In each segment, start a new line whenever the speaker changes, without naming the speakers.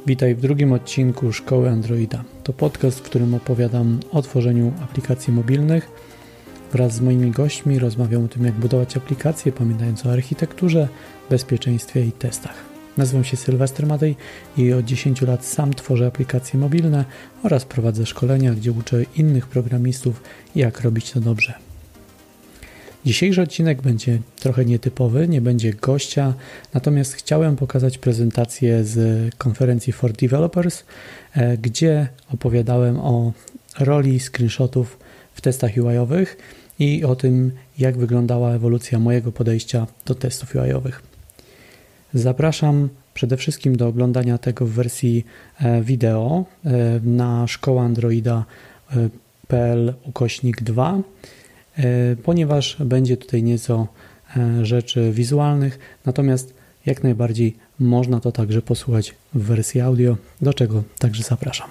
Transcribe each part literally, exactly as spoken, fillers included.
Witaj w drugim odcinku Szkoły Androida. To podcast, w którym opowiadam o tworzeniu aplikacji mobilnych. Wraz z moimi gośćmi rozmawiam o tym, jak budować aplikacje, pamiętając o architekturze, bezpieczeństwie i testach. Nazywam się Sylwester Matej i od dziesięciu lat sam tworzę aplikacje mobilne oraz prowadzę szkolenia, gdzie uczę innych programistów, jak robić to dobrze. Dzisiejszy odcinek będzie trochę nietypowy, nie będzie gościa, natomiast chciałem pokazać prezentację z konferencji for Developers, gdzie opowiadałem o roli screenshotów w testach U I-owych i o tym, jak wyglądała ewolucja mojego podejścia do testów U I-owych. Zapraszam przede wszystkim do oglądania tego w wersji wideo na szkoła androida kropka p l ukośnik dwa, ponieważ będzie tutaj nieco rzeczy wizualnych, natomiast jak najbardziej można to także posłuchać w wersji audio, do czego także zapraszam.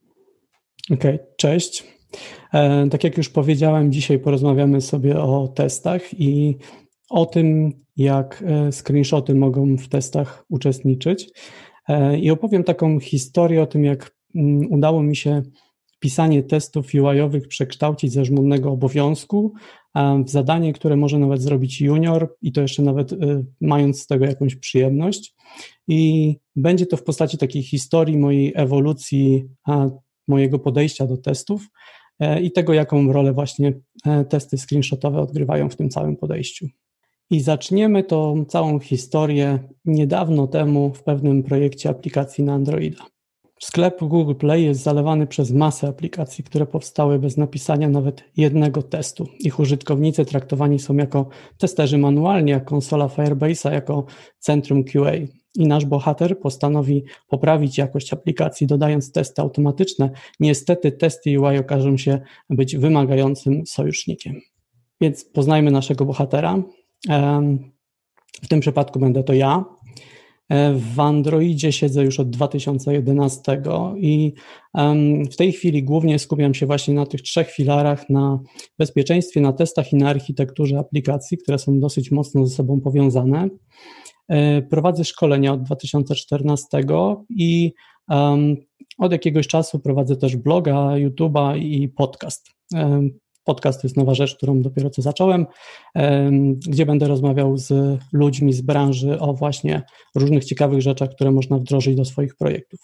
Ok, cześć. Tak jak już powiedziałem, dzisiaj porozmawiamy sobie o testach i o tym, jak screenshoty mogą w testach uczestniczyć. I opowiem taką historię o tym, jak udało mi się pisanie testów U I-owych przekształcić ze żmudnego obowiązku w zadanie, które może nawet zrobić junior i to jeszcze nawet mając z tego jakąś przyjemność. I będzie to w postaci takiej historii mojej ewolucji, mojego podejścia do testów i tego, jaką rolę właśnie testy screenshotowe odgrywają w tym całym podejściu. I zaczniemy tą całą historię niedawno temu w pewnym projekcie aplikacji na Androida. Sklep Google Play jest zalewany przez masę aplikacji, które powstały bez napisania nawet jednego testu. Ich użytkownicy traktowani są jako testerzy manualnie, a konsola Firebase'a jako centrum Q A. I nasz bohater postanowi poprawić jakość aplikacji, dodając testy automatyczne. Niestety testy U I okażą się być wymagającym sojusznikiem. Więc poznajmy naszego bohatera. W tym przypadku będę to ja. W Androidzie siedzę już od dwa tysiące jedenastego i w tej chwili głównie skupiam się właśnie na tych trzech filarach, na bezpieczeństwie, na testach i na architekturze aplikacji, które są dosyć mocno ze sobą powiązane. Prowadzę szkolenia od dwa tysiące czternastego i od jakiegoś czasu prowadzę też bloga, YouTube'a i podcast. Podcast to jest nowa rzecz, którą dopiero co zacząłem, gdzie będę rozmawiał z ludźmi z branży o właśnie różnych ciekawych rzeczach, które można wdrożyć do swoich projektów.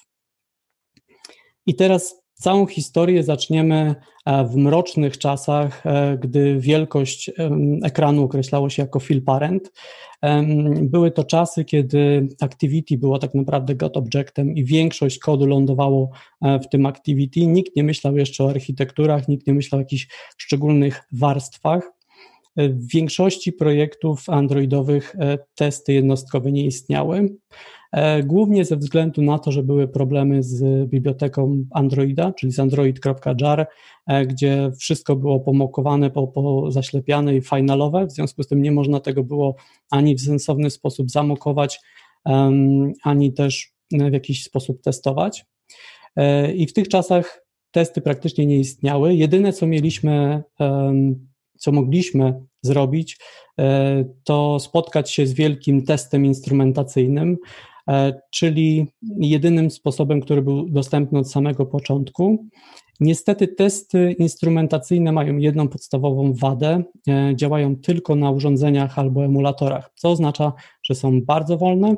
I teraz całą historię zaczniemy w mrocznych czasach, gdy wielkość ekranu określało się jako fill parent. Były to czasy, kiedy Activity było tak naprawdę got objectem i większość kodu lądowało w tym Activity. Nikt nie myślał jeszcze o architekturach, nikt nie myślał o jakichś szczególnych warstwach. W większości projektów androidowych testy jednostkowe nie istniały, głównie ze względu na to, że były problemy z biblioteką Androida, czyli z android kropka jar, gdzie wszystko było pomokowane, po, po zaślepiane i finalowe, w związku z tym nie można tego było ani w sensowny sposób zamokować, ani też w jakiś sposób testować. I w tych czasach testy praktycznie nie istniały. Jedyne, co mieliśmy, co mogliśmy zrobić, to spotkać się z wielkim testem instrumentacyjnym, czyli jedynym sposobem, który był dostępny od samego początku. Niestety testy instrumentacyjne mają jedną podstawową wadę, działają tylko na urządzeniach albo emulatorach, co oznacza, że są bardzo wolne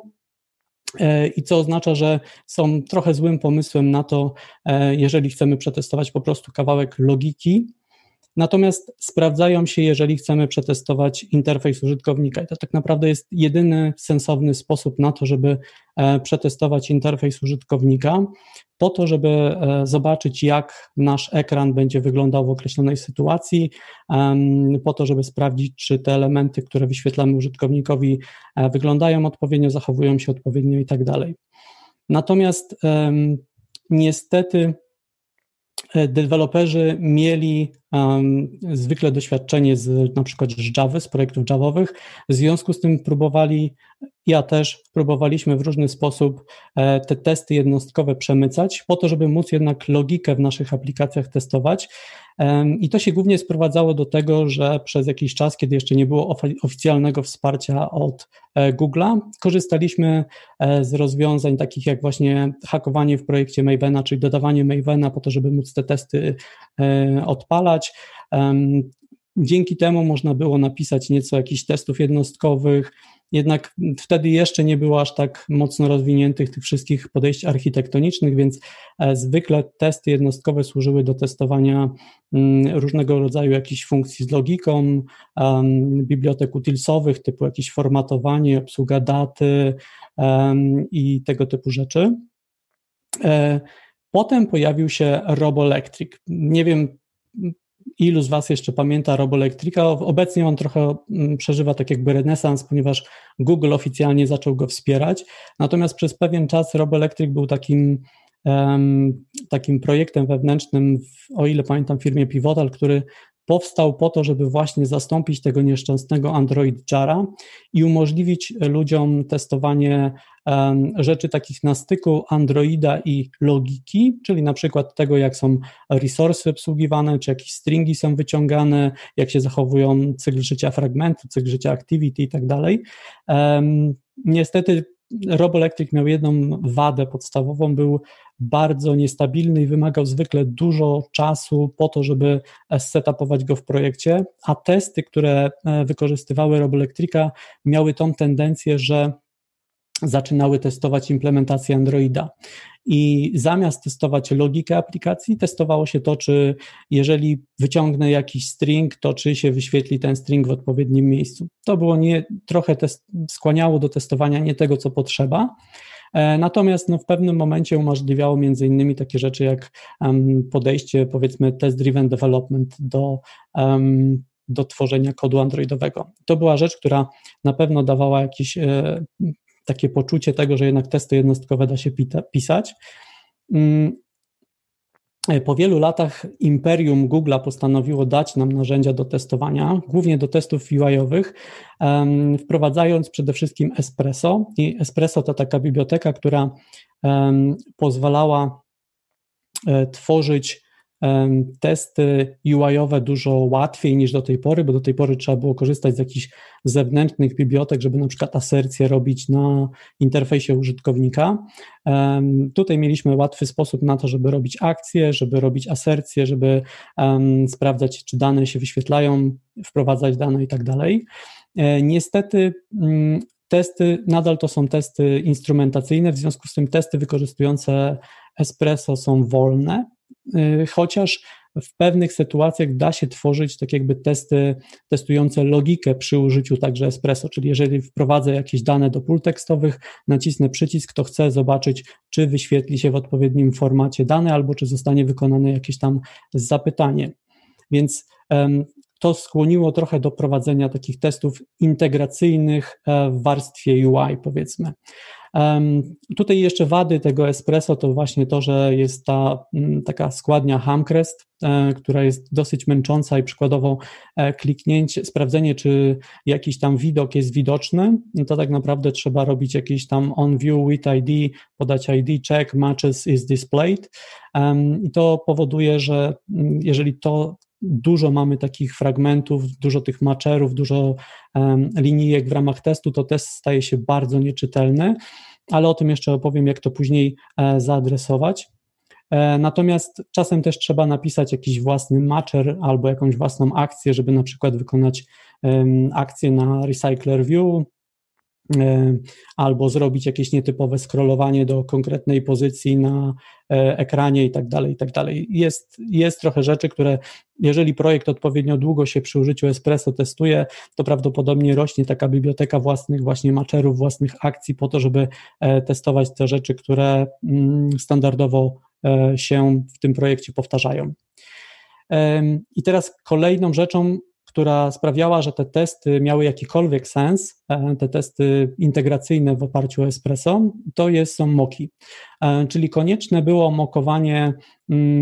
i co oznacza, że są trochę złym pomysłem na to, jeżeli chcemy przetestować po prostu kawałek logiki. Natomiast sprawdzają się, jeżeli chcemy przetestować interfejs użytkownika. I to tak naprawdę jest jedyny sensowny sposób na to, żeby przetestować interfejs użytkownika, po to, żeby zobaczyć, jak nasz ekran będzie wyglądał w określonej sytuacji, po to, żeby sprawdzić, czy te elementy, które wyświetlamy użytkownikowi, wyglądają odpowiednio, zachowują się odpowiednio i tak dalej. Natomiast niestety deweloperzy mieli um, zwykle doświadczenie z na przykład z Java, z projektów Javowych, w związku z tym próbowali ja też próbowaliśmy w różny sposób te testy jednostkowe przemycać, po to, żeby móc jednak logikę w naszych aplikacjach testować. I to się głównie sprowadzało do tego, że przez jakiś czas, kiedy jeszcze nie było oficjalnego wsparcia od Google'a, korzystaliśmy z rozwiązań takich jak właśnie hakowanie w projekcie Mavena, czyli dodawanie Mavena po to, żeby móc te testy odpalać. Dzięki temu można było napisać nieco jakichś testów jednostkowych, jednak wtedy jeszcze nie było aż tak mocno rozwiniętych tych wszystkich podejść architektonicznych, więc zwykle testy jednostkowe służyły do testowania różnego rodzaju jakichś funkcji z logiką, bibliotek utilsowych typu jakieś formatowanie, obsługa daty i tego typu rzeczy. Potem pojawił się Robolectric. Nie wiem, ilu z Was jeszcze pamięta Robolectrica? Obecnie on trochę przeżywa tak jakby renesans, ponieważ Google oficjalnie zaczął go wspierać. Natomiast przez pewien czas Robolectric był takim, um, takim projektem wewnętrznym, w, o ile pamiętam, w firmie Pivotal, który powstał po to, żeby właśnie zastąpić tego nieszczęsnego Android Jara i umożliwić ludziom testowanie um, rzeczy takich na styku Androida i logiki, czyli na przykład tego, jak są resursy obsługiwane, czy jakieś stringi są wyciągane, jak się zachowują cykl życia fragmentu, cykl życia activity i tak dalej. Um, niestety Robolectric miał jedną wadę podstawową, był bardzo niestabilny i wymagał zwykle dużo czasu po to, żeby setupować go w projekcie, a testy, które wykorzystywały Robolectrica, miały tą tendencję, że zaczynały testować implementację Androida i zamiast testować logikę aplikacji, testowało się to, czy jeżeli wyciągnę jakiś string, to czy się wyświetli ten string w odpowiednim miejscu. To było nie, trochę test, skłaniało do testowania nie tego, co potrzeba, natomiast no, w pewnym momencie umożliwiało między innymi takie rzeczy jak um, podejście, powiedzmy, test-driven development do um, do tworzenia kodu androidowego. To była rzecz, która na pewno dawała jakiś e, takie poczucie tego, że jednak testy jednostkowe da się pita, pisać. Po wielu latach imperium Google'a postanowiło dać nam narzędzia do testowania, głównie do testów U I-owych, um, wprowadzając przede wszystkim Espresso. I Espresso to taka biblioteka, która um, pozwalała e, tworzyć testy U I-owe dużo łatwiej niż do tej pory, bo do tej pory trzeba było korzystać z jakichś zewnętrznych bibliotek, żeby na przykład asercję robić na interfejsie użytkownika. Tutaj mieliśmy łatwy sposób na to, żeby robić akcje, żeby robić asercję, żeby um, sprawdzać, czy dane się wyświetlają, wprowadzać dane i tak dalej. Niestety um, testy, nadal to są testy instrumentacyjne, w związku z tym testy wykorzystujące Espresso są wolne, chociaż w pewnych sytuacjach da się tworzyć tak jakby testy testujące logikę przy użyciu także Espresso, czyli jeżeli wprowadzę jakieś dane do pól tekstowych, nacisnę przycisk, to chcę zobaczyć, czy wyświetli się w odpowiednim formacie dane, albo czy zostanie wykonane jakieś tam zapytanie. Więc um, to skłoniło trochę do prowadzenia takich testów integracyjnych w warstwie U I, powiedzmy. Um, tutaj jeszcze wady tego Espresso to właśnie to, że jest ta m, taka składnia Hamcrest, e, która jest dosyć męcząca i przykładowo e, kliknięcie, sprawdzenie, czy jakiś tam widok jest widoczny, to tak naprawdę trzeba robić jakiś tam on view with I D, podać I D, check, matches is displayed um, i to powoduje, że m, jeżeli to dużo mamy takich fragmentów, dużo tych matcherów, dużo um, linijek w ramach testu, to test staje się bardzo nieczytelny, ale o tym jeszcze opowiem, jak to później e, zaadresować. E, natomiast czasem też trzeba napisać jakiś własny matcher albo jakąś własną akcję, żeby na przykład wykonać um, akcję na Recycler View, albo zrobić jakieś nietypowe scrollowanie do konkretnej pozycji na ekranie i tak dalej, i tak dalej. Jest, jest trochę rzeczy, które jeżeli projekt odpowiednio długo się przy użyciu Espresso testuje, to prawdopodobnie rośnie taka biblioteka własnych właśnie matcherów, własnych akcji po to, żeby testować te rzeczy, które standardowo się w tym projekcie powtarzają. I teraz kolejną rzeczą, która sprawiała, że te testy miały jakikolwiek sens, te testy integracyjne w oparciu o Espresso, to jest, są moki. Czyli konieczne było mokowanie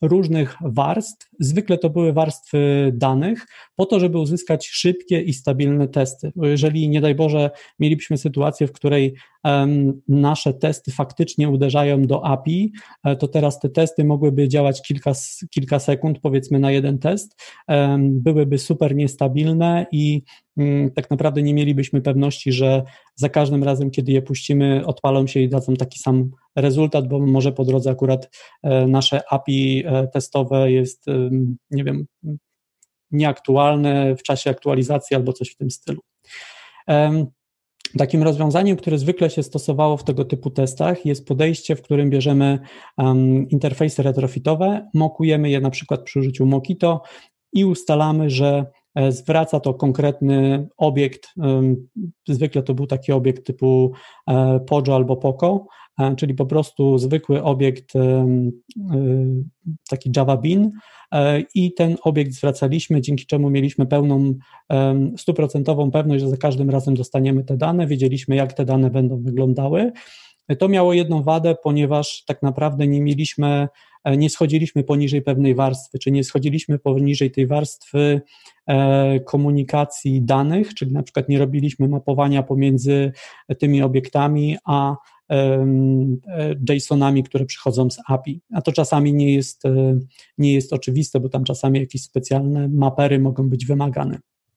różnych warstw. Zwykle to były warstwy danych, po to, żeby uzyskać szybkie i stabilne testy. Bo jeżeli, nie daj Boże, mielibyśmy sytuację, w której um, nasze testy faktycznie uderzają do A P I, to teraz te testy mogłyby działać kilka, kilka sekund, powiedzmy na jeden test, um, byłyby super niestabilne i um, tak naprawdę nie mielibyśmy pewności, że za każdym razem, kiedy je puścimy, odpalą się i dadzą taki sam rezultat, bo może po drodze akurat e, nasze A P I e, testowe jest, e, nie wiem, nieaktualne w czasie aktualizacji albo coś w tym stylu. E, Takim rozwiązaniem, które zwykle się stosowało w tego typu testach, jest podejście, w którym bierzemy um, interfejsy retrofitowe, mokujemy je na przykład przy użyciu Mockito i ustalamy, że zwraca to konkretny obiekt, um, zwykle to był taki obiekt typu um, Pojo albo Poco, um, czyli po prostu zwykły obiekt um, um, taki Java Bean um, i ten obiekt zwracaliśmy, dzięki czemu mieliśmy pełną, stuprocentową pewność, że za każdym razem dostaniemy te dane, wiedzieliśmy, jak te dane będą wyglądały. To miało jedną wadę, ponieważ tak naprawdę nie mieliśmy, nie schodziliśmy poniżej pewnej warstwy, czy nie schodziliśmy poniżej tej warstwy komunikacji danych, czyli na przykład nie robiliśmy mapowania pomiędzy tymi obiektami, a JSONami, które przychodzą z A P I. A to czasami nie jest, nie jest oczywiste, bo tam czasami jakieś specjalne mapery mogą być wymagane.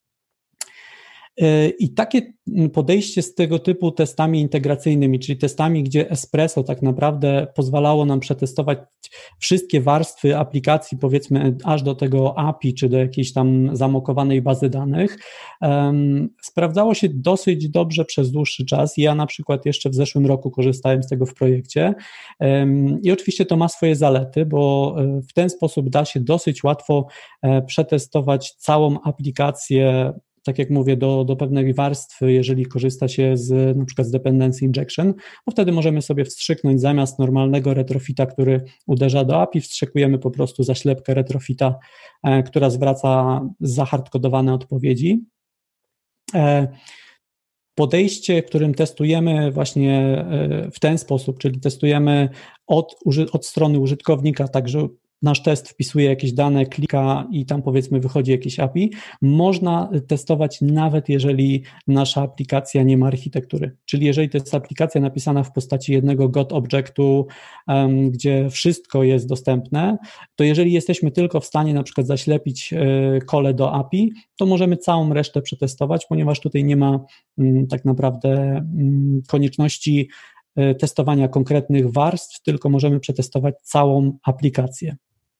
I takie podejście z tego typu testami integracyjnymi, czyli testami, gdzie Espresso tak naprawdę pozwalało nam przetestować wszystkie warstwy aplikacji, powiedzmy aż do tego A P I, czy do jakiejś tam zamokowanej bazy danych, um, sprawdzało się dosyć dobrze przez dłuższy czas. Ja na przykład jeszcze w zeszłym roku korzystałem z tego w projekcie um, i oczywiście to ma swoje zalety, bo w ten sposób da się dosyć łatwo um, przetestować całą aplikację, tak jak mówię, do, do pewnej warstwy, jeżeli korzysta się z na przykład z dependency injection, bo wtedy możemy sobie wstrzyknąć zamiast normalnego retrofita, który uderza do A P I, wstrzykujemy po prostu zaślepkę retrofita, e, która zwraca zahardkodowane odpowiedzi. E, Podejście, którym testujemy właśnie w ten sposób, czyli testujemy od, od strony użytkownika, także nasz test wpisuje jakieś dane, klika i tam powiedzmy wychodzi jakieś A P I. Można testować nawet jeżeli nasza aplikacja nie ma architektury, czyli jeżeli to jest aplikacja napisana w postaci jednego G O T obiektu, um, gdzie wszystko jest dostępne, to jeżeli jesteśmy tylko w stanie na przykład zaślepić y, kole do A P I, to możemy całą resztę przetestować, ponieważ tutaj nie ma y, tak naprawdę y, konieczności y, testowania konkretnych warstw, tylko możemy przetestować całą aplikację.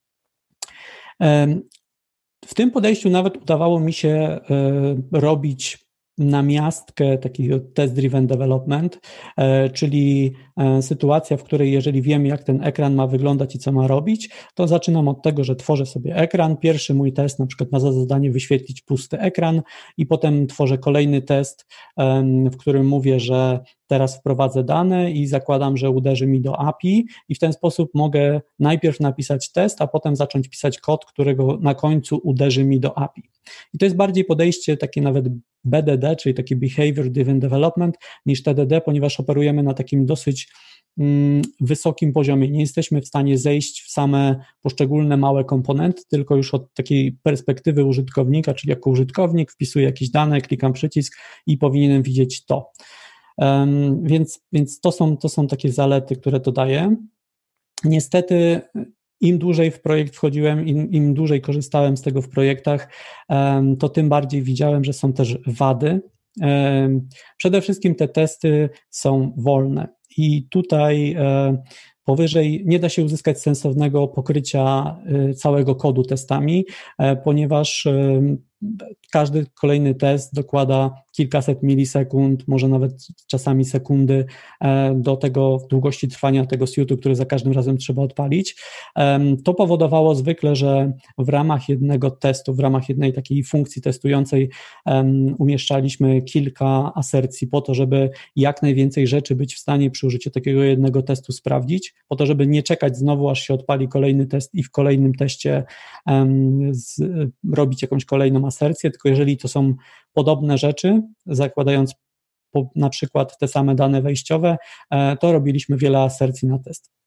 W tym podejściu nawet udawało mi się robić namiastkę takiego test-driven development, czyli sytuacja, w której jeżeli wiem, jak ten ekran ma wyglądać i co ma robić, to zaczynam od tego, że tworzę sobie ekran. Pierwszy mój test na przykład ma za zadanie wyświetlić pusty ekran i potem tworzę kolejny test, w którym mówię, że teraz wprowadzę dane i zakładam, że uderzy mi do A P I i w ten sposób mogę najpierw napisać test, a potem zacząć pisać kod, którego na końcu uderzy mi do A P I. I to jest bardziej podejście takie nawet B D D, czyli taki Behavior Driven Development, niż T D D, ponieważ operujemy na takim dosyć mm, wysokim poziomie. Nie jesteśmy w stanie zejść w same poszczególne małe komponenty, tylko już od takiej perspektywy użytkownika, czyli jako użytkownik wpisuję jakieś dane, klikam przycisk i powinienem widzieć to. Um, więc więc to, są, to są takie zalety, które to daje. Niestety im dłużej w projekt wchodziłem, im, im dłużej korzystałem z tego w projektach, um, to tym bardziej widziałem, że są też wady. Um, przede wszystkim te testy są wolne i tutaj um, powyżej nie da się uzyskać sensownego pokrycia um, całego kodu testami, um, ponieważ um, każdy kolejny test dokłada kilkaset milisekund, może nawet czasami sekundy do tego długości trwania tego suite'u, który za każdym razem trzeba odpalić. To powodowało zwykle, że w ramach jednego testu, w ramach jednej takiej funkcji testującej umieszczaliśmy kilka asercji po to, żeby jak najwięcej rzeczy być w stanie przy użyciu takiego jednego testu sprawdzić, po to, żeby nie czekać znowu, aż się odpali kolejny test i w kolejnym teście z, robić jakąś kolejną asercję, tylko jeżeli to są podobne rzeczy, zakładając po, na przykład te same dane wejściowe, to robiliśmy wiele asercji na test.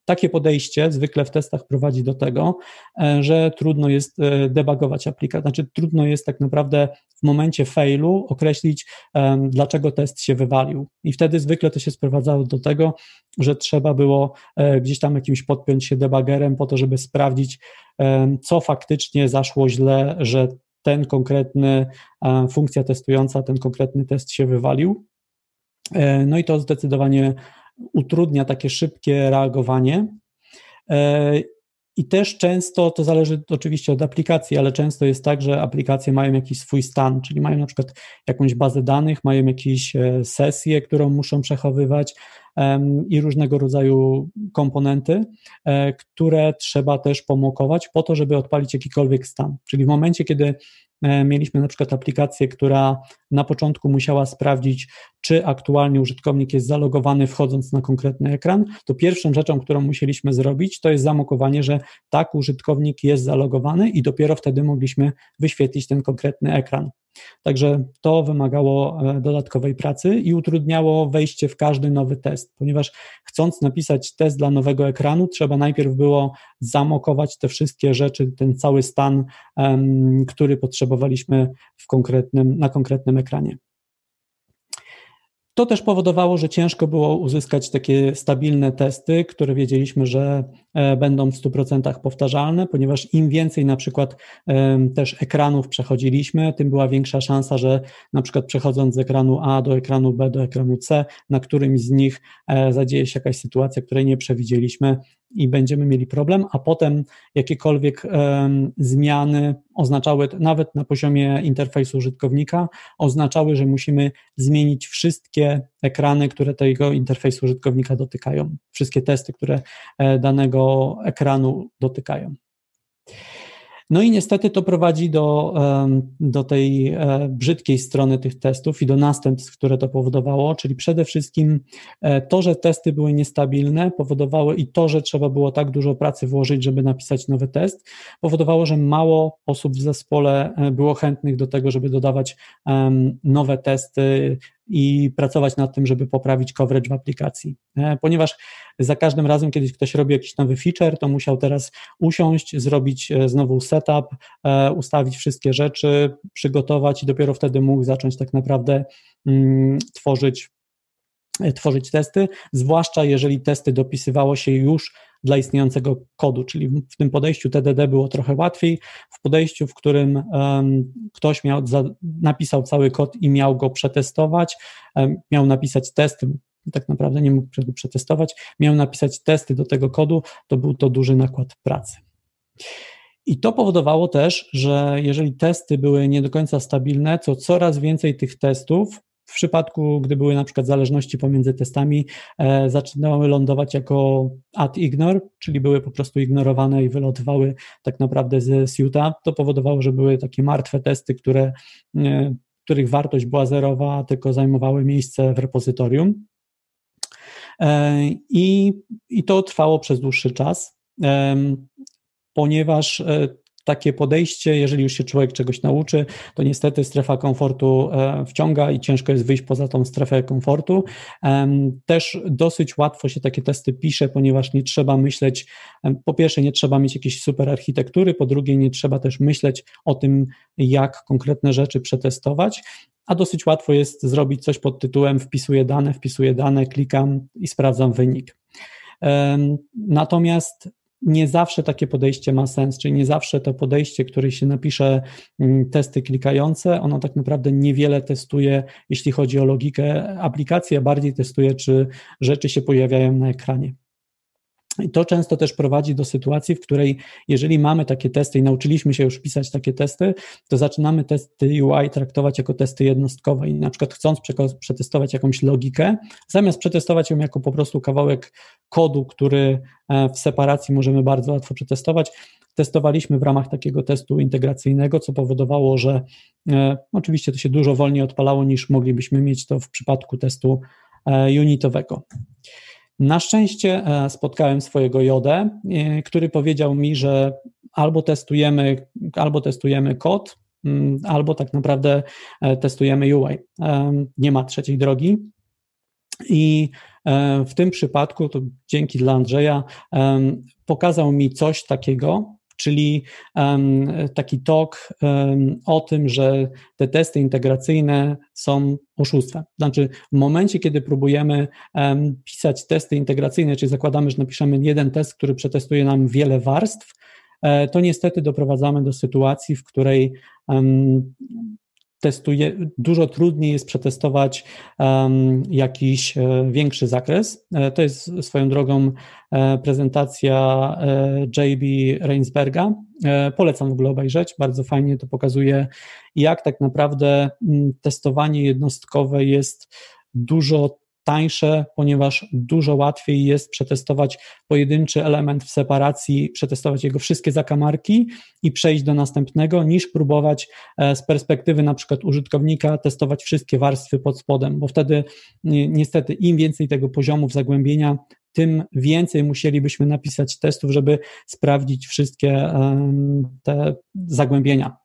takie podejście zwykle w testach prowadzi do tego, że trudno jest debugować aplikację, znaczy trudno jest tak naprawdę w momencie failu określić, dlaczego test się wywalił. I wtedy zwykle to się sprowadzało do tego, że trzeba było gdzieś tam jakimś podpiąć się debuggerem po to, żeby sprawdzić, co faktycznie zaszło źle, że ten konkretny funkcja testująca, ten konkretny test się wywalił. No i to zdecydowanie utrudnia takie szybkie reagowanie. I też często, to zależy oczywiście od aplikacji, ale często jest tak, że aplikacje mają jakiś swój stan, czyli mają na przykład jakąś bazę danych, mają jakieś sesję, którą muszą przechowywać i różnego rodzaju komponenty, które trzeba też pomokować po to, żeby odpalić jakikolwiek stan. Czyli w momencie, kiedy mieliśmy na przykład aplikację, która na początku musiała sprawdzić, czy aktualnie użytkownik jest zalogowany wchodząc na konkretny ekran, to pierwszą rzeczą, którą musieliśmy zrobić, to jest zamokowanie, że tak, użytkownik jest zalogowany i dopiero wtedy mogliśmy wyświetlić ten konkretny ekran. Także to wymagało dodatkowej pracy i utrudniało wejście w każdy nowy test, ponieważ chcąc napisać test dla nowego ekranu, trzeba najpierw było zamokować te wszystkie rzeczy, ten cały stan, um, który potrzebowaliśmy w konkretnym, na konkretnym ekranie. To też powodowało, że ciężko było uzyskać takie stabilne testy, które wiedzieliśmy, że będą w stu procentach powtarzalne, ponieważ im więcej na przykład też ekranów przechodziliśmy, tym była większa szansa, że na przykład przechodząc z ekranu A do ekranu B do ekranu C, na którymś z nich zadzieje się jakaś sytuacja, której nie przewidzieliśmy i będziemy mieli problem, a potem jakiekolwiek um, zmiany oznaczały, nawet na poziomie interfejsu użytkownika, oznaczały, że musimy zmienić wszystkie ekrany, które tego interfejsu użytkownika dotykają, wszystkie testy, które danego ekranu dotykają. No i niestety to prowadzi do, do tej brzydkiej strony tych testów i do następstw, które to powodowało, czyli przede wszystkim to, że testy były niestabilne, powodowało i to, że trzeba było tak dużo pracy włożyć, żeby napisać nowy test, powodowało, że mało osób w zespole było chętnych do tego, żeby dodawać nowe testy i pracować nad tym, żeby poprawić coverage w aplikacji. Ponieważ za każdym razem, kiedy ktoś robi jakiś nowy feature, to musiał teraz usiąść, zrobić znowu setup, ustawić wszystkie rzeczy, przygotować i dopiero wtedy mógł zacząć tak naprawdę mm, tworzyć, tworzyć testy, zwłaszcza jeżeli testy dopisywało się już dla istniejącego kodu, czyli w tym podejściu T D D było trochę łatwiej, w podejściu, w którym um, ktoś miał za, napisał cały kod i miał go przetestować, um, miał napisać testy, tak naprawdę nie mógł go przetestować, miał napisać testy do tego kodu, to był to duży nakład pracy. I to powodowało też, że jeżeli testy były nie do końca stabilne, to coraz więcej tych testów, w przypadku, gdy były na przykład zależności pomiędzy testami, e, zaczynały lądować jako ad ignore, czyli były po prostu ignorowane i wylatywały tak naprawdę ze suite'a. To powodowało, że były takie martwe testy, które, e, których wartość była zerowa, tylko zajmowały miejsce w repozytorium. E, i, I to trwało przez dłuższy czas, e, ponieważ e, takie podejście, jeżeli już się człowiek czegoś nauczy, to niestety strefa komfortu wciąga i ciężko jest wyjść poza tą strefę komfortu. Też dosyć łatwo się takie testy pisze, ponieważ nie trzeba myśleć, po pierwsze nie trzeba mieć jakiejś super architektury, po drugie nie trzeba też myśleć o tym, jak konkretne rzeczy przetestować, a dosyć łatwo jest zrobić coś pod tytułem wpisuję dane, wpisuję dane, klikam i sprawdzam wynik. Natomiast nie zawsze takie podejście ma sens, czyli nie zawsze to podejście, które się napisze testy klikające, ono tak naprawdę niewiele testuje, jeśli chodzi o logikę aplikacji, a bardziej testuje, czy rzeczy się pojawiają na ekranie. I to często też prowadzi do sytuacji, w której jeżeli mamy takie testy i nauczyliśmy się już pisać takie testy, to zaczynamy testy U I traktować jako testy jednostkowe i na przykład chcąc przetestować jakąś logikę, zamiast przetestować ją jako po prostu kawałek kodu, który w separacji możemy bardzo łatwo przetestować, testowaliśmy w ramach takiego testu integracyjnego, co powodowało, że e, oczywiście to się dużo wolniej odpalało niż moglibyśmy mieć to w przypadku testu e, unitowego. Na szczęście spotkałem swojego Jodę, który powiedział mi, że albo testujemy, albo testujemy kod, albo tak naprawdę testujemy U I. Nie ma trzeciej drogi. I w tym przypadku, to dzięki dla Andrzeja, pokazał mi coś takiego, czyli um, taki talk um, o tym, że te testy integracyjne są oszustwem. Znaczy w momencie, kiedy próbujemy um, pisać testy integracyjne, czyli zakładamy, że napiszemy jeden test, który przetestuje nam wiele warstw, e, to niestety doprowadzamy do sytuacji, w której um, testuje, dużo trudniej jest przetestować um, jakiś e, większy zakres. E, to jest swoją drogą e, prezentacja e, J B Reinsberga. E, polecam w ogóle obejrzeć, bardzo fajnie to pokazuje, jak tak naprawdę m, testowanie jednostkowe jest dużo tańsze, ponieważ dużo łatwiej jest przetestować pojedynczy element w separacji, przetestować jego wszystkie zakamarki i przejść do następnego, niż próbować z perspektywy na przykład użytkownika testować wszystkie warstwy pod spodem, bo wtedy niestety im więcej tego poziomów zagłębienia, tym więcej musielibyśmy napisać testów, żeby sprawdzić wszystkie te zagłębienia.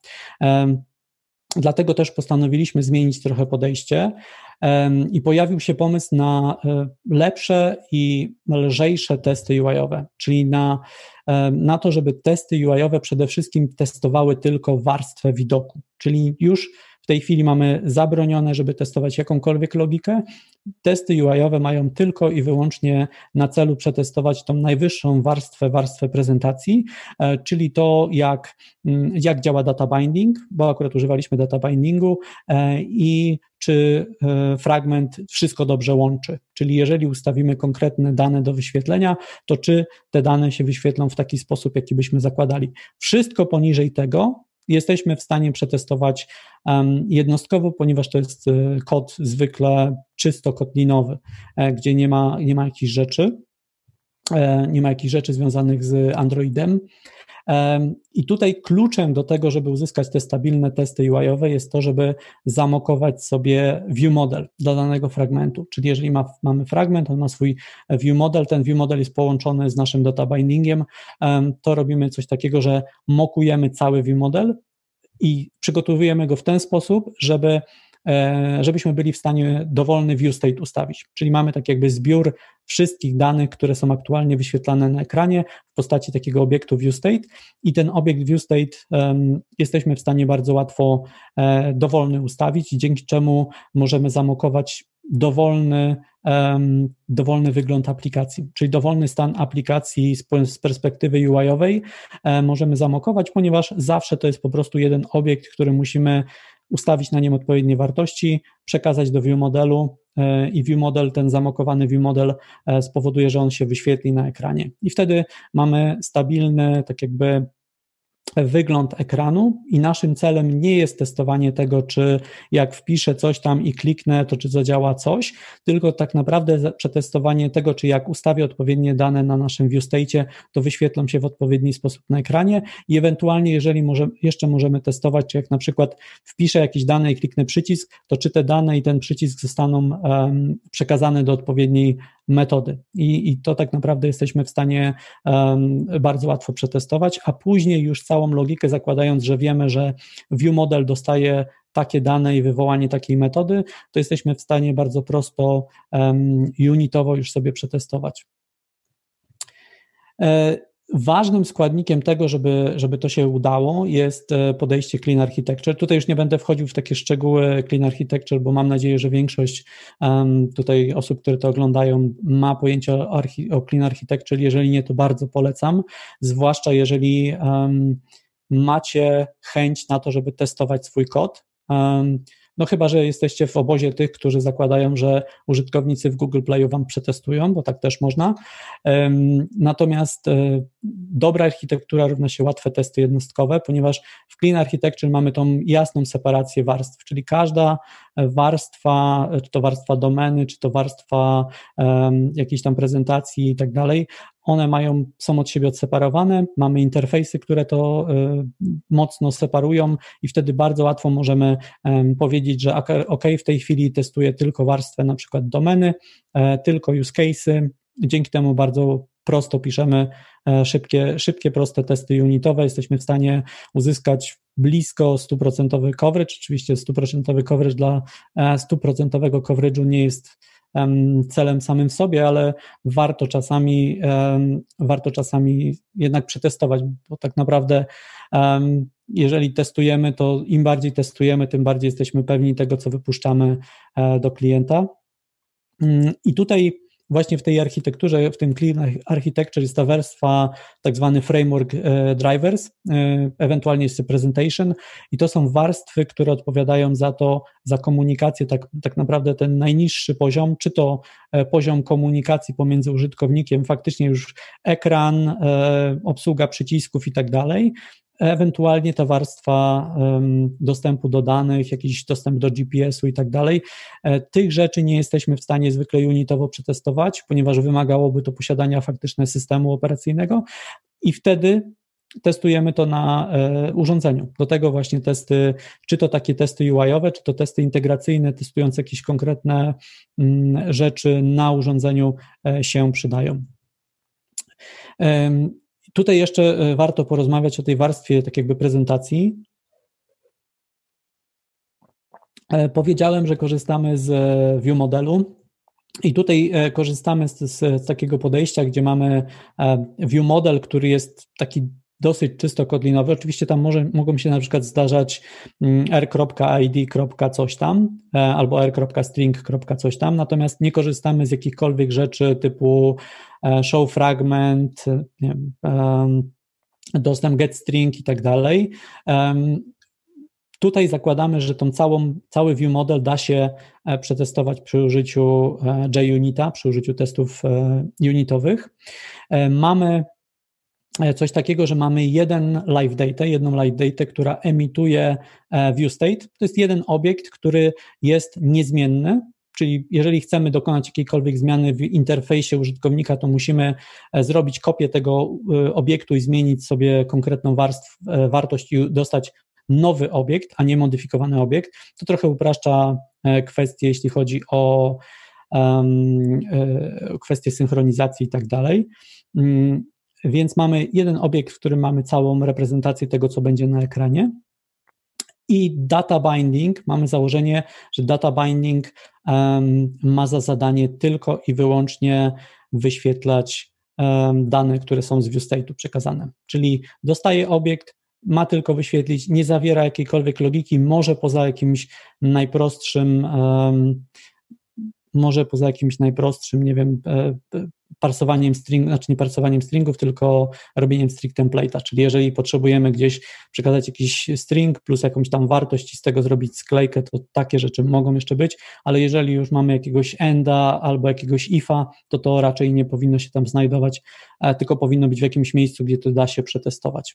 Dlatego też postanowiliśmy zmienić trochę podejście i pojawił się pomysł na lepsze i lżejsze testy U I-owe, czyli na, na to, żeby testy U I-owe przede wszystkim testowały tylko warstwę widoku, czyli już w tej chwili mamy zabronione, żeby testować jakąkolwiek logikę. Testy U I-owe mają tylko i wyłącznie na celu przetestować tą najwyższą warstwę, warstwę prezentacji, czyli to, jak, jak działa data binding, bo akurat używaliśmy data bindingu i czy fragment wszystko dobrze łączy. Czyli jeżeli ustawimy konkretne dane do wyświetlenia, to czy te dane się wyświetlą w taki sposób, jaki byśmy zakładali. Wszystko poniżej tego jesteśmy w stanie przetestować um, jednostkowo, ponieważ to jest kod zwykle czysto kotlinowy, gdzie nie ma, nie ma jakichś rzeczy, nie ma jakichś rzeczy związanych z Androidem. I tutaj kluczem do tego, żeby uzyskać te stabilne testy U I-owe jest to, żeby zamokować sobie view model do danego fragmentu, czyli jeżeli ma, mamy fragment, on ma swój view model, ten view model jest połączony z naszym data bindingiem, to robimy coś takiego, że mokujemy cały view model i przygotowujemy go w ten sposób, żeby żebyśmy byli w stanie dowolny view state ustawić, czyli mamy tak jakby zbiór wszystkich danych, które są aktualnie wyświetlane na ekranie w postaci takiego obiektu view state i ten obiekt view state um, jesteśmy w stanie bardzo łatwo e, dowolny ustawić, dzięki czemu możemy zamokować dowolny, um, dowolny wygląd aplikacji, czyli dowolny stan aplikacji z, z perspektywy U I-owej e, możemy zamokować, ponieważ zawsze to jest po prostu jeden obiekt, który musimy ustawić na nim odpowiednie wartości, przekazać do view modelu i view model, ten zamokowany view model spowoduje, że on się wyświetli na ekranie. I wtedy mamy stabilny, tak jakby wygląd ekranu i naszym celem nie jest testowanie tego, czy jak wpiszę coś tam i kliknę, to czy zadziała coś, tylko tak naprawdę przetestowanie tego, czy jak ustawię odpowiednie dane na naszym view state, to wyświetlą się w odpowiedni sposób na ekranie i ewentualnie, jeżeli może, jeszcze możemy testować, czy jak na przykład wpiszę jakieś dane i kliknę przycisk, to czy te dane i ten przycisk zostaną um, przekazane do odpowiedniej metody. I, i to tak naprawdę jesteśmy w stanie um, bardzo łatwo przetestować, a później już całą logikę zakładając, że wiemy, że view model dostaje takie dane i wywołanie takiej metody, to jesteśmy w stanie bardzo prosto um, unitowo już sobie przetestować. E, Ważnym składnikiem tego, żeby, żeby to się udało, jest podejście Clean Architecture. Tutaj już nie będę wchodził w takie szczegóły Clean Architecture, bo mam nadzieję, że większość um, tutaj osób, które to oglądają, ma pojęcie o, archi- o Clean Architecture. Jeżeli nie, to bardzo polecam, zwłaszcza jeżeli um, macie chęć na to, żeby testować swój kod. Um, No chyba, że jesteście w obozie tych, którzy zakładają, że użytkownicy w Google Playu wam przetestują, bo tak też można. Natomiast dobra architektura równa się łatwe testy jednostkowe, ponieważ w Clean Architecture mamy tą jasną separację warstw, czyli każda warstwa, czy to warstwa domeny, czy to warstwa um, jakiejś tam prezentacji i tak dalej, one mają, są od siebie odseparowane, mamy interfejsy, które to y, mocno separują i wtedy bardzo łatwo możemy um, powiedzieć, że ok, w tej chwili testuję tylko warstwę na przykład domeny, e, tylko use case'y, dzięki temu bardzo prosto piszemy e, szybkie, szybkie, proste testy unitowe, jesteśmy w stanie uzyskać blisko stuprocentowy coverage, oczywiście stuprocentowy coverage dla stuprocentowego coverage'u nie jest celem samym w sobie, ale warto czasami, warto czasami jednak przetestować, bo tak naprawdę jeżeli testujemy, to im bardziej testujemy, tym bardziej jesteśmy pewni tego, co wypuszczamy do klienta. I tutaj właśnie w tej architekturze, w tym Clean Architecture jest ta warstwa, tak zwany framework drivers, ewentualnie jest presentation i to są warstwy, które odpowiadają za to, za komunikację, tak, tak naprawdę ten najniższy poziom, czy to poziom komunikacji pomiędzy użytkownikiem, faktycznie już ekran, obsługa przycisków i tak dalej, ewentualnie ta warstwa um, dostępu do danych, jakiś dostęp do G P S u i tak dalej. Tych rzeczy nie jesteśmy w stanie zwykle unitowo przetestować, ponieważ wymagałoby to posiadania faktycznego systemu operacyjnego i wtedy testujemy to na e, urządzeniu. Do tego właśnie testy, czy to takie testy U I-owe, czy to testy integracyjne, testujące jakieś konkretne m, rzeczy na urządzeniu e, się przydają. E, Tutaj jeszcze warto porozmawiać o tej warstwie tak jakby prezentacji. Powiedziałem, że korzystamy z view modelu i tutaj korzystamy z, z takiego podejścia, gdzie mamy view model, który jest taki dosyć czysto kotlinowy. Oczywiście tam może, mogą się na przykład zdarzać r.id. coś tam albo r.string. coś tam, natomiast nie korzystamy z jakichkolwiek rzeczy typu show fragment, nie wiem, dostęp get string i tak dalej. Tutaj zakładamy, że tą całą, cały view model da się przetestować przy użyciu JUnita, przy użyciu testów unitowych. Mamy coś takiego, że mamy jeden live data, jedną live data, która emituje view state. To jest jeden obiekt, który jest niezmienny, czyli jeżeli chcemy dokonać jakiejkolwiek zmiany w interfejsie użytkownika, to musimy zrobić kopię tego obiektu i zmienić sobie konkretną warstw, wartość i dostać nowy obiekt, a nie modyfikowany obiekt. To trochę upraszcza kwestie, jeśli chodzi o um, kwestie synchronizacji i tak dalej. Więc mamy jeden obiekt, w którym mamy całą reprezentację tego, co będzie na ekranie. I data binding, mamy założenie, że data binding um, ma za zadanie tylko i wyłącznie wyświetlać um, dane, które są z viewstate'u przekazane. Czyli dostaje obiekt, ma tylko wyświetlić, nie zawiera jakiejkolwiek logiki, może poza jakimś najprostszym um, może poza jakimś najprostszym, nie wiem, parsowaniem string, znaczy nie parsowaniem stringów, tylko robieniem string template'a, czyli jeżeli potrzebujemy gdzieś przekazać jakiś string plus jakąś tam wartość i z tego zrobić sklejkę, to takie rzeczy mogą jeszcze być, ale jeżeli już mamy jakiegoś enda albo jakiegoś ifa, to to raczej nie powinno się tam znajdować, tylko powinno być w jakimś miejscu, gdzie to da się przetestować.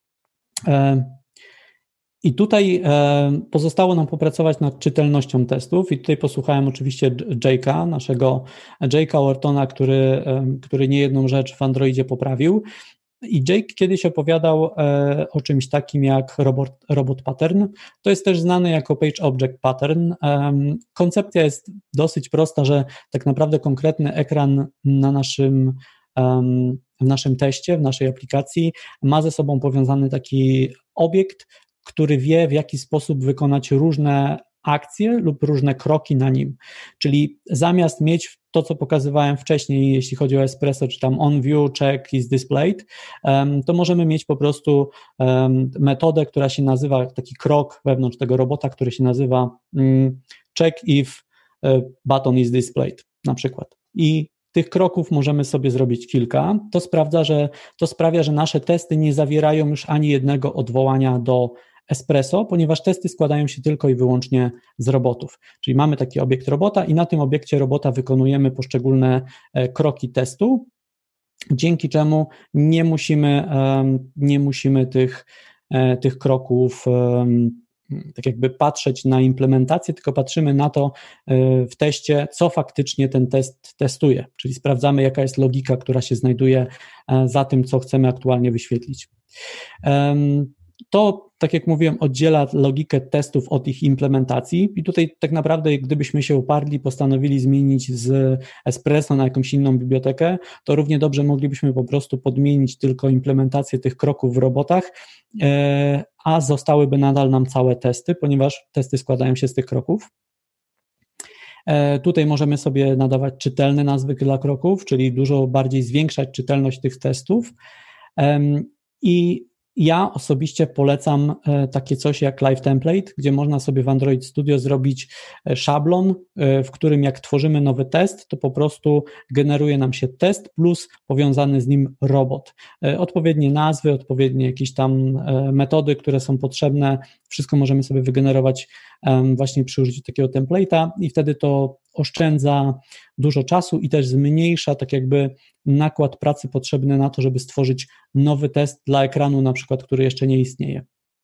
I tutaj pozostało nam popracować nad czytelnością testów i tutaj posłuchałem oczywiście Jake'a, naszego Jake'a Ortona, który, który niejedną rzecz w Androidzie poprawił. I Jake kiedyś opowiadał o czymś takim jak robot, robot pattern. To jest też znane jako page object pattern. Koncepcja jest dosyć prosta, że tak naprawdę konkretny ekran na naszym w naszym teście, w naszej aplikacji ma ze sobą powiązany taki obiekt, który wie, w jaki sposób wykonać różne akcje lub różne kroki na nim. Czyli zamiast mieć to, co pokazywałem wcześniej, jeśli chodzi o Espresso, czy tam on view, check is displayed, to możemy mieć po prostu metodę, która się nazywa, taki krok wewnątrz tego robota, który się nazywa check if button is displayed na przykład. I tych kroków możemy sobie zrobić kilka. To sprawdza, że to sprawia, że nasze testy nie zawierają już ani jednego odwołania do Espresso, ponieważ testy składają się tylko i wyłącznie z robotów. Czyli mamy taki obiekt robota i na tym obiekcie robota wykonujemy poszczególne kroki testu, dzięki czemu nie musimy, nie musimy tych, tych kroków tak jakby patrzeć na implementację, tylko patrzymy na to w teście, co faktycznie ten test testuje, czyli sprawdzamy, jaka jest logika, która się znajduje za tym, co chcemy aktualnie wyświetlić. To, tak jak mówiłem, oddziela logikę testów od ich implementacji i tutaj tak naprawdę, gdybyśmy się uparli, postanowili zmienić z Espresso na jakąś inną bibliotekę, to równie dobrze moglibyśmy po prostu podmienić tylko implementację tych kroków w robotach, a zostałyby nadal nam całe testy, ponieważ testy składają się z tych kroków. Tutaj możemy sobie nadawać czytelne nazwy dla kroków, czyli dużo bardziej zwiększać czytelność tych testów. I ja osobiście polecam takie coś jak Live Template, gdzie można sobie w Android Studio zrobić szablon, w którym jak tworzymy nowy test, to po prostu generuje nam się test plus powiązany z nim robot. Odpowiednie nazwy, odpowiednie jakieś tam metody, które są potrzebne, wszystko możemy sobie wygenerować właśnie przy użyciu takiego template'a i wtedy to oszczędza dużo czasu i też zmniejsza tak jakby nakład pracy potrzebny na to, żeby stworzyć nowy test dla ekranu, na przykład, który jeszcze nie istnieje.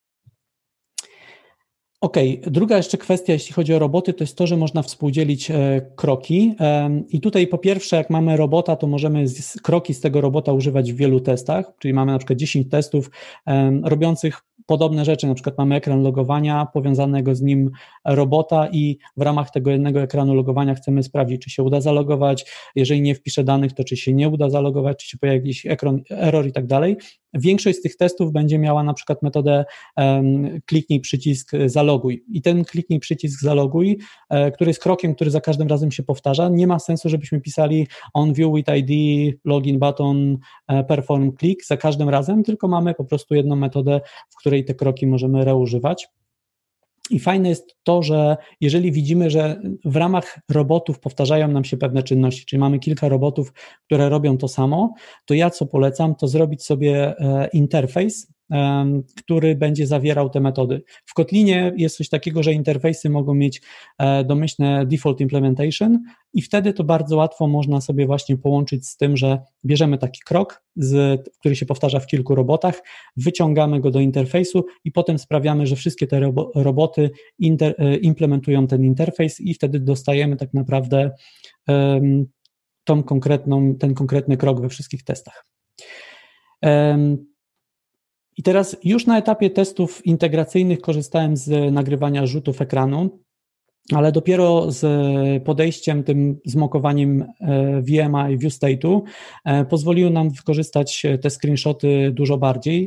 Ok, druga jeszcze kwestia, jeśli chodzi o roboty, to jest to, że można współdzielić kroki i tutaj po pierwsze, jak mamy robota, to możemy z, kroki z tego robota używać w wielu testach, czyli mamy na przykład dziesięć testów robiących podobne rzeczy, na przykład mamy ekran logowania, powiązanego z nim robota i w ramach tego jednego ekranu logowania chcemy sprawdzić, czy się uda zalogować, jeżeli nie wpiszę danych, to czy się nie uda zalogować, czy się pojawi jakiś ekran, error i tak dalej. Większość z tych testów będzie miała na przykład metodę um, kliknij przycisk zaloguj i ten kliknij przycisk zaloguj, e, który jest krokiem, który za każdym razem się powtarza, nie ma sensu, żebyśmy pisali on view with I D, login button, e, perform click za każdym razem, tylko mamy po prostu jedną metodę, w której te kroki możemy reużywać. I fajne jest to, że jeżeli widzimy, że w ramach robotów powtarzają nam się pewne czynności, czyli mamy kilka robotów, które robią to samo, to ja co polecam, to zrobić sobie interfejs, który będzie zawierał te metody. W Kotlinie jest coś takiego, że interfejsy mogą mieć domyślne default implementation i wtedy to bardzo łatwo można sobie właśnie połączyć z tym, że bierzemy taki krok, z, który się powtarza w kilku robotach, wyciągamy go do interfejsu i potem sprawiamy, że wszystkie te robo, roboty inter, implementują ten interfejs i wtedy dostajemy tak naprawdę um, tą konkretną, ten konkretny krok we wszystkich testach. Um, I teraz już na etapie testów integracyjnych korzystałem z nagrywania rzutów ekranu, ale dopiero z podejściem, tym zmokowaniem V M I view state'u pozwoliło nam wykorzystać te screenshoty dużo bardziej.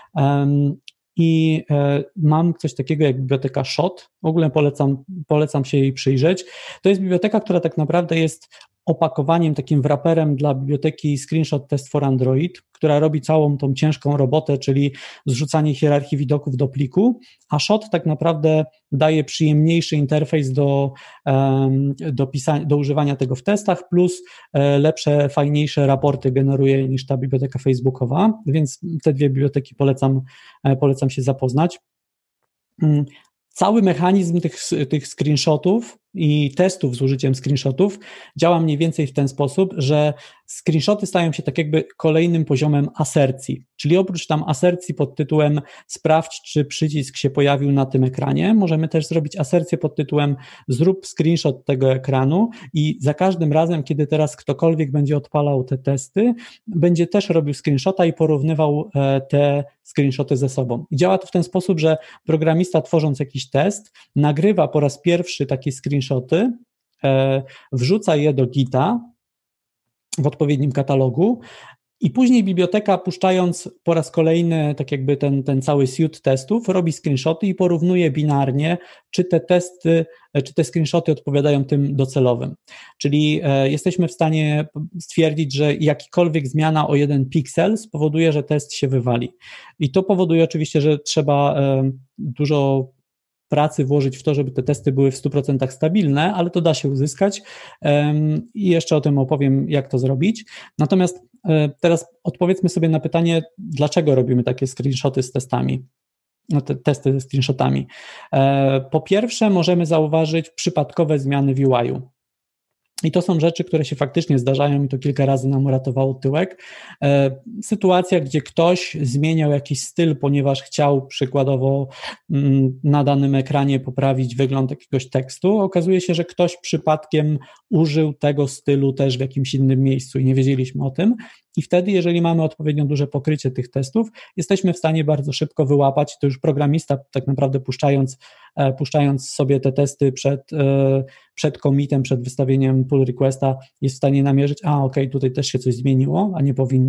I mam coś takiego jak biblioteka Shot, w ogóle polecam, polecam się jej przyjrzeć. To jest biblioteka, która tak naprawdę jest opakowaniem, takim wraperem dla biblioteki Screenshot Test for Android, która robi całą tą ciężką robotę, czyli zrzucanie hierarchii widoków do pliku, a Shot tak naprawdę daje przyjemniejszy interfejs do, do, pisania, do używania tego w testach, plus lepsze, fajniejsze raporty generuje niż ta biblioteka facebookowa, więc te dwie biblioteki polecam, polecam się zapoznać. Cały mechanizm tych, tych screenshotów i testów z użyciem screenshotów działa mniej więcej w ten sposób, że screenshoty stają się tak jakby kolejnym poziomem asercji, czyli oprócz tam asercji pod tytułem sprawdź, czy przycisk się pojawił na tym ekranie, możemy też zrobić asercję pod tytułem zrób screenshot tego ekranu i za każdym razem, kiedy teraz ktokolwiek będzie odpalał te testy, będzie też robił screenshota i porównywał te screenshoty ze sobą. I działa to w ten sposób, że programista tworząc jakiś test, nagrywa po raz pierwszy takie screenshoty, wrzuca je do Gita w odpowiednim katalogu i później biblioteka, puszczając po raz kolejny tak jakby ten, ten cały suite testów, robi screenshoty i porównuje binarnie, czy te testy, czy te screenshoty odpowiadają tym docelowym. Czyli e, jesteśmy w stanie stwierdzić, że jakikolwiek zmiana o jeden piksel spowoduje, że test się wywali. I to powoduje oczywiście, że trzeba e, dużo pracy włożyć w to, żeby te testy były w stu procentach stabilne, ale to da się uzyskać i jeszcze o tym opowiem, jak to zrobić. Natomiast teraz odpowiedzmy sobie na pytanie, dlaczego robimy takie screenshoty z testami, no te testy ze screenshotami. Po pierwsze, możemy zauważyć przypadkowe zmiany w U I-u. I to są rzeczy, które się faktycznie zdarzają i to kilka razy nam uratowało tyłek. Sytuacja, gdzie ktoś zmieniał jakiś styl, ponieważ chciał przykładowo na danym ekranie poprawić wygląd jakiegoś tekstu. Okazuje się, że ktoś przypadkiem użył tego stylu też w jakimś innym miejscu i nie wiedzieliśmy o tym. I wtedy, jeżeli mamy odpowiednio duże pokrycie tych testów, jesteśmy w stanie bardzo szybko wyłapać, to już programista tak naprawdę puszczając, puszczając sobie te testy przed, przed commitem, przed wystawieniem pull requesta, jest w stanie namierzyć, a okej, okay, tutaj też się coś zmieniło, a nie powinno.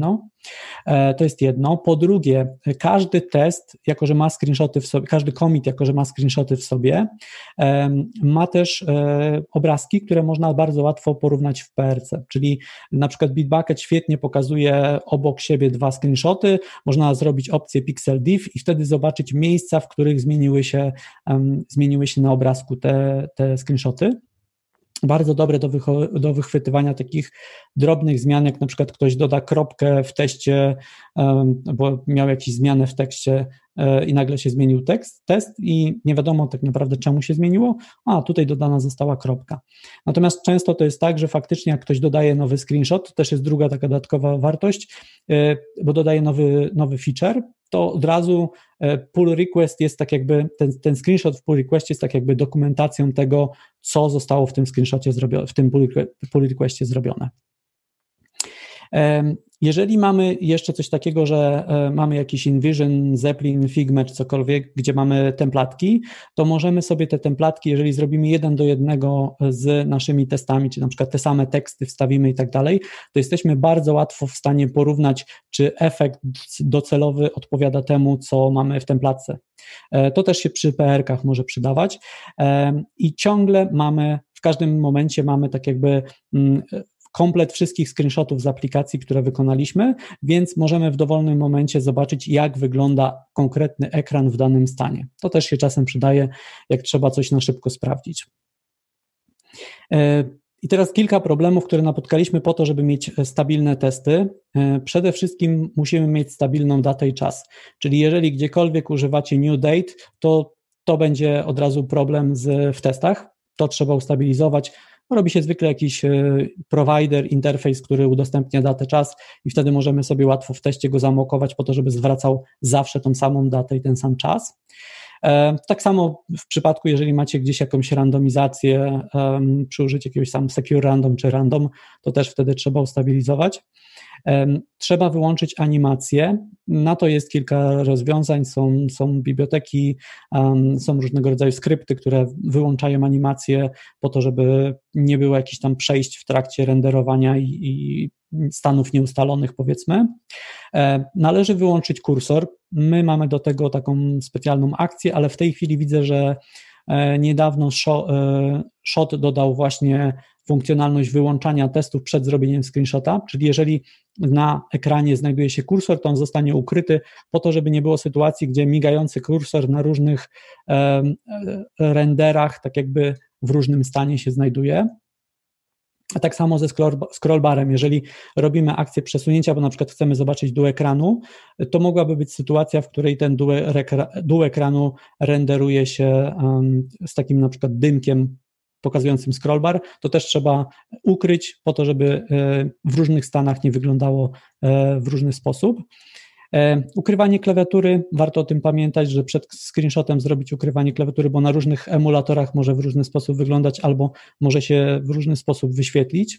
To jest jedno. Po drugie, każdy test, jako że ma screenshoty w sobie, każdy commit, jako że ma screenshoty w sobie, ma też obrazki, które można bardzo łatwo porównać w P R C, czyli na przykład Bitbucket świetnie pokazuje obok siebie dwa screenshoty, można zrobić opcję Pixel Diff i wtedy zobaczyć miejsca, w których zmieniły się, zmieniły się na obrazku te, te screenshoty. Bardzo dobre do, wycho- do wychwytywania takich drobnych zmian, jak na przykład ktoś doda kropkę w teście, um, bo miał jakieś zmiany w tekście um, i nagle się zmienił tekst, test i nie wiadomo tak naprawdę czemu się zmieniło, a tutaj dodana została kropka. Natomiast często to jest tak, że faktycznie jak ktoś dodaje nowy screenshot, to też jest druga taka dodatkowa wartość, um, bo dodaje nowy, nowy feature, to od razu pull request jest tak jakby, ten, ten screenshot w pull requestie jest tak jakby dokumentacją tego, co zostało w tym screenshocie zrobione, w tym pull requestie zrobione. Jeżeli mamy jeszcze coś takiego, że mamy jakiś InVision, Zeppelin, Figma czy cokolwiek, gdzie mamy templatki, to możemy sobie te templatki, jeżeli zrobimy jeden do jednego z naszymi testami, czy na przykład te same teksty wstawimy i tak dalej, to jesteśmy bardzo łatwo w stanie porównać, czy efekt docelowy odpowiada temu, co mamy w templatce. To też się przy P R kach może przydawać i ciągle mamy, w każdym momencie mamy tak jakby komplet wszystkich screenshotów z aplikacji, które wykonaliśmy, więc możemy w dowolnym momencie zobaczyć, jak wygląda konkretny ekran w danym stanie. To też się czasem przydaje, jak trzeba coś na szybko sprawdzić. I teraz kilka problemów, które napotkaliśmy po to, żeby mieć stabilne testy. Przede wszystkim musimy mieć stabilną datę i czas, czyli jeżeli gdziekolwiek używacie new date, to to będzie od razu problem z, w testach, to trzeba ustabilizować. Robi się zwykle jakiś provider, interfejs, który udostępnia datę, czas i wtedy możemy sobie łatwo w teście go zamokować po to, żeby zwracał zawsze tą samą datę i ten sam czas. Tak samo w przypadku, jeżeli macie gdzieś jakąś randomizację um, przy użyciu jakiegoś tam secure random czy random, to też wtedy trzeba ustabilizować. Um, trzeba wyłączyć animację. Na to jest kilka rozwiązań, są, są biblioteki, um, są różnego rodzaju skrypty, które wyłączają animację po to, żeby nie było jakichś tam przejść w trakcie renderowania i, i stanów nieustalonych, powiedzmy. E, należy wyłączyć kursor. My mamy do tego taką specjalną akcję, ale w tej chwili widzę, że e, niedawno Shot, e, Shot dodał właśnie funkcjonalność wyłączania testów przed zrobieniem screenshota, czyli jeżeli na ekranie znajduje się kursor, to on zostanie ukryty po to, żeby nie było sytuacji, gdzie migający kursor na różnych e, renderach tak jakby w różnym stanie się znajduje. A tak samo ze scroll, scrollbarem, jeżeli robimy akcję przesunięcia, bo na przykład chcemy zobaczyć dół ekranu, to mogłaby być sytuacja, w której ten dół, dół ekranu renderuje się um, z takim na przykład dymkiem pokazującym scrollbar, to też trzeba ukryć po to, żeby w różnych stanach nie wyglądało w różny sposób. Ukrywanie klawiatury, warto o tym pamiętać, że przed screenshotem zrobić ukrywanie klawiatury, bo na różnych emulatorach może w różny sposób wyglądać albo może się w różny sposób wyświetlić.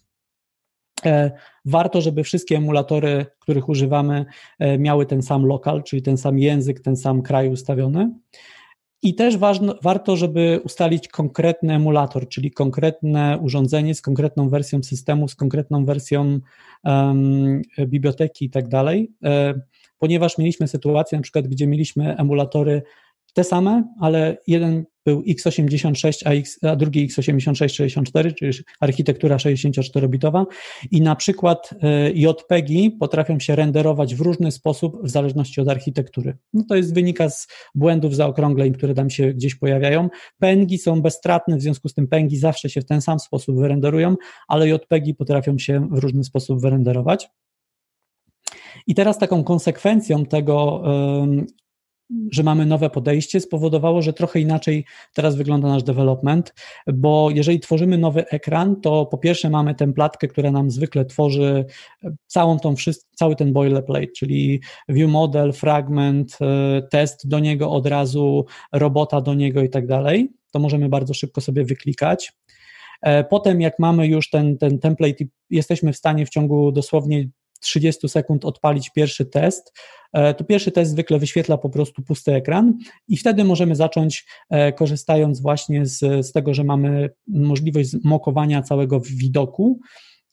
Warto, żeby wszystkie emulatory, których używamy, miały ten sam lokal, czyli ten sam język, ten sam kraj ustawiony. I też ważno, warto, żeby ustalić konkretny emulator, czyli konkretne urządzenie z konkretną wersją systemu, z konkretną wersją um, biblioteki i tak dalej, ponieważ mieliśmy sytuację na przykład, gdzie mieliśmy emulatory te same, ale jeden był iks osiemdziesiąt sześć, a, X, a drugi iks osiemdziesiąt sześć sześćdziesiąt cztery, czyli architektura sześćdziesięcioczterobitowa i na przykład J P G potrafią się renderować w różny sposób w zależności od architektury. No to jest wynika z błędów zaokrągleń, które tam się gdzieś pojawiają. P N G są bezstratne, w związku z tym P N G zawsze się w ten sam sposób wyrenderują, ale J P G potrafią się w różny sposób wyrenderować. I teraz taką konsekwencją tego, że mamy nowe podejście, spowodowało, że trochę inaczej teraz wygląda nasz development, bo jeżeli tworzymy nowy ekran, to po pierwsze mamy templatkę, która nam zwykle tworzy całą tą, cały ten boilerplate, czyli view model, fragment, test do niego od razu, robota do niego i tak dalej. To możemy bardzo szybko sobie wyklikać. Potem jak mamy już ten, ten template i jesteśmy w stanie w ciągu dosłownie trzydzieści sekund odpalić pierwszy test, to pierwszy test zwykle wyświetla po prostu pusty ekran i wtedy możemy zacząć, korzystając właśnie z, z tego, że mamy możliwość zmokowania całego widoku,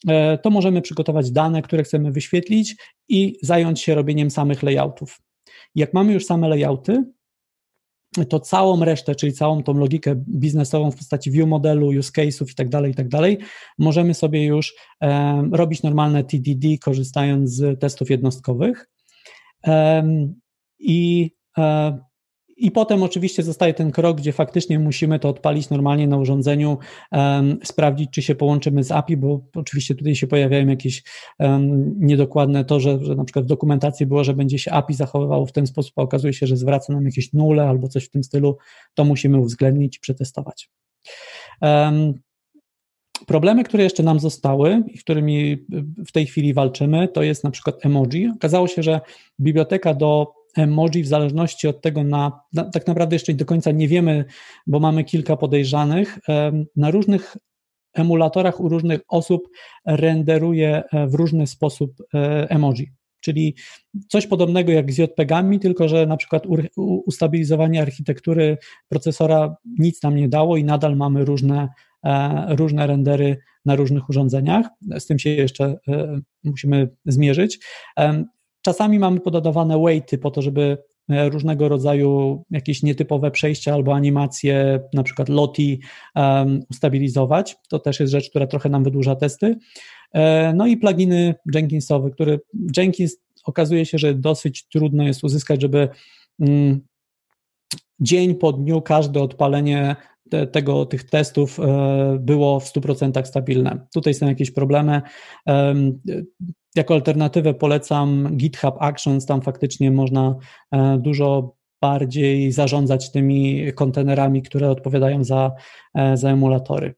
to możemy przygotować dane, które chcemy wyświetlić i zająć się robieniem samych layoutów. Jak mamy już same layouty, to całą resztę, czyli całą tą logikę biznesową w postaci view modelu, use case'ów i tak dalej, i tak dalej, możemy sobie już e, robić normalne T D D, korzystając z testów jednostkowych. E, i, e, I potem oczywiście zostaje ten krok, gdzie faktycznie musimy to odpalić normalnie na urządzeniu, um, sprawdzić, czy się połączymy z A P I, bo oczywiście tutaj się pojawiają jakieś um, niedokładne to, że, że na przykład w dokumentacji było, że będzie się A P I zachowywało w ten sposób, a okazuje się, że zwraca nam jakieś nule albo coś w tym stylu, to musimy uwzględnić i przetestować. Um, Problemy, które jeszcze nam zostały i którymi w tej chwili walczymy, to jest na przykład emoji. Okazało się, że biblioteka do emoji w zależności od tego, na, na tak naprawdę jeszcze do końca nie wiemy, bo mamy kilka podejrzanych, na różnych emulatorach u różnych osób renderuje w różny sposób emoji. Czyli coś podobnego jak z J P G-ami, tylko że na przykład ustabilizowanie architektury procesora nic nam nie dało i nadal mamy różne, różne rendery na różnych urządzeniach. Z tym się jeszcze musimy zmierzyć. Czasami mamy pododawane weighty po to, żeby różnego rodzaju jakieś nietypowe przejścia albo animacje, na przykład Lottie, um, ustabilizować. To też jest rzecz, która trochę nam wydłuża testy. No i pluginy Jenkinsowe, które Jenkins okazuje się, że dosyć trudno jest uzyskać, żeby um, dzień po dniu każde odpalenie te, tego, tych testów e, było w stu procentach stabilne. Tutaj są jakieś problemy. E, jako alternatywę polecam GitHub Actions, tam faktycznie można e, dużo bardziej zarządzać tymi kontenerami, które odpowiadają za, e, za emulatory.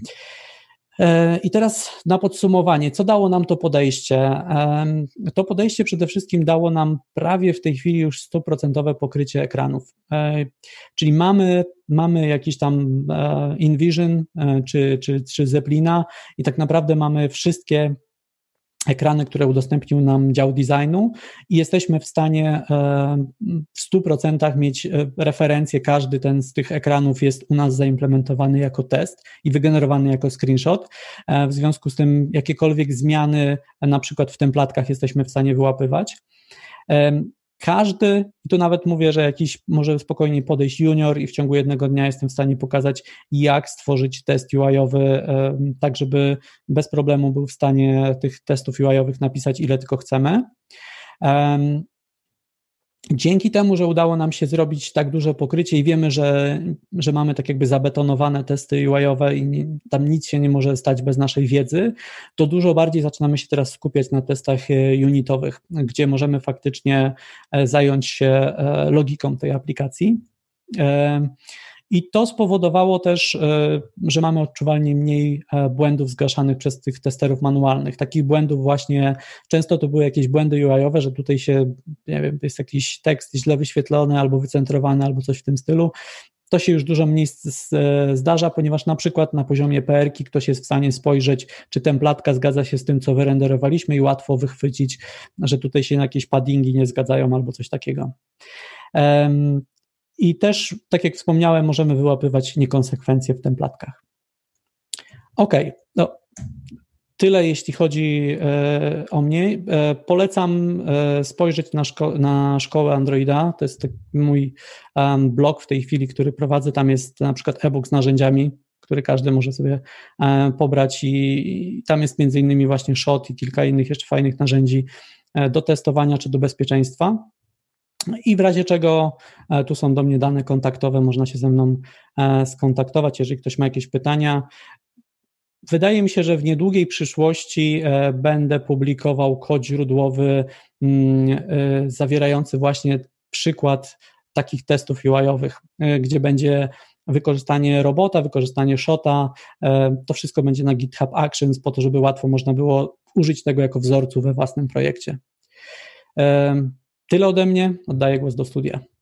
I teraz na podsumowanie, co dało nam to podejście? To podejście przede wszystkim dało nam prawie w tej chwili już stuprocentowe pokrycie ekranów, czyli mamy, mamy jakiś tam InVision czy, czy, czy Zeplina i tak naprawdę mamy wszystkie ekrany, które udostępnił nam dział designu i jesteśmy w stanie w stu procentach mieć referencję, każdy ten z tych ekranów jest u nas zaimplementowany jako test i wygenerowany jako screenshot, w związku z tym jakiekolwiek zmiany na przykład w templatkach jesteśmy w stanie wyłapywać. Każdy, i tu nawet mówię, że jakiś może spokojnie podejść junior i w ciągu jednego dnia jestem w stanie pokazać, jak stworzyć test U I-owy, tak żeby bez problemu był w stanie tych testów U I-owych napisać ile tylko chcemy. Dzięki temu, że udało nam się zrobić tak duże pokrycie i wiemy, że, że mamy tak jakby zabetonowane testy U I-owe i nie, tam nic się nie może stać bez naszej wiedzy, to dużo bardziej zaczynamy się teraz skupiać na testach unitowych, gdzie możemy faktycznie zająć się logiką tej aplikacji. I to spowodowało też, że mamy odczuwalnie mniej błędów zgłaszanych przez tych testerów manualnych. Takich błędów właśnie, często to były jakieś błędy U I-owe, że tutaj się, nie wiem, jest jakiś tekst źle wyświetlony albo wycentrowany albo coś w tym stylu. To się już dużo mniej zdarza, ponieważ na przykład na poziomie P R-ki ktoś jest w stanie spojrzeć, czy templatka zgadza się z tym, co wyrenderowaliśmy i łatwo wychwycić, że tutaj się jakieś paddingi nie zgadzają albo coś takiego. Um, I też, tak jak wspomniałem, możemy wyłapywać niekonsekwencje w templatkach. Ok, no, tyle jeśli chodzi e, o mnie. E, polecam e, spojrzeć na, szko- na szkołę Androida. To jest taki mój um, blog w tej chwili, który prowadzę. Tam jest na przykład e-book z narzędziami, który każdy może sobie e, pobrać i, i tam jest między innymi właśnie Shot i kilka innych jeszcze fajnych narzędzi e, do testowania czy do bezpieczeństwa. I w razie czego tu są do mnie dane kontaktowe, można się ze mną skontaktować, jeżeli ktoś ma jakieś pytania. Wydaje mi się, że w niedługiej przyszłości będę publikował kod źródłowy zawierający właśnie przykład takich testów U I-owych, gdzie będzie wykorzystanie robota, wykorzystanie Shota, to wszystko będzie na GitHub Actions po to, żeby łatwo można było użyć tego jako wzorcu we własnym projekcie. Tyle ode mnie, oddaję głos do studia.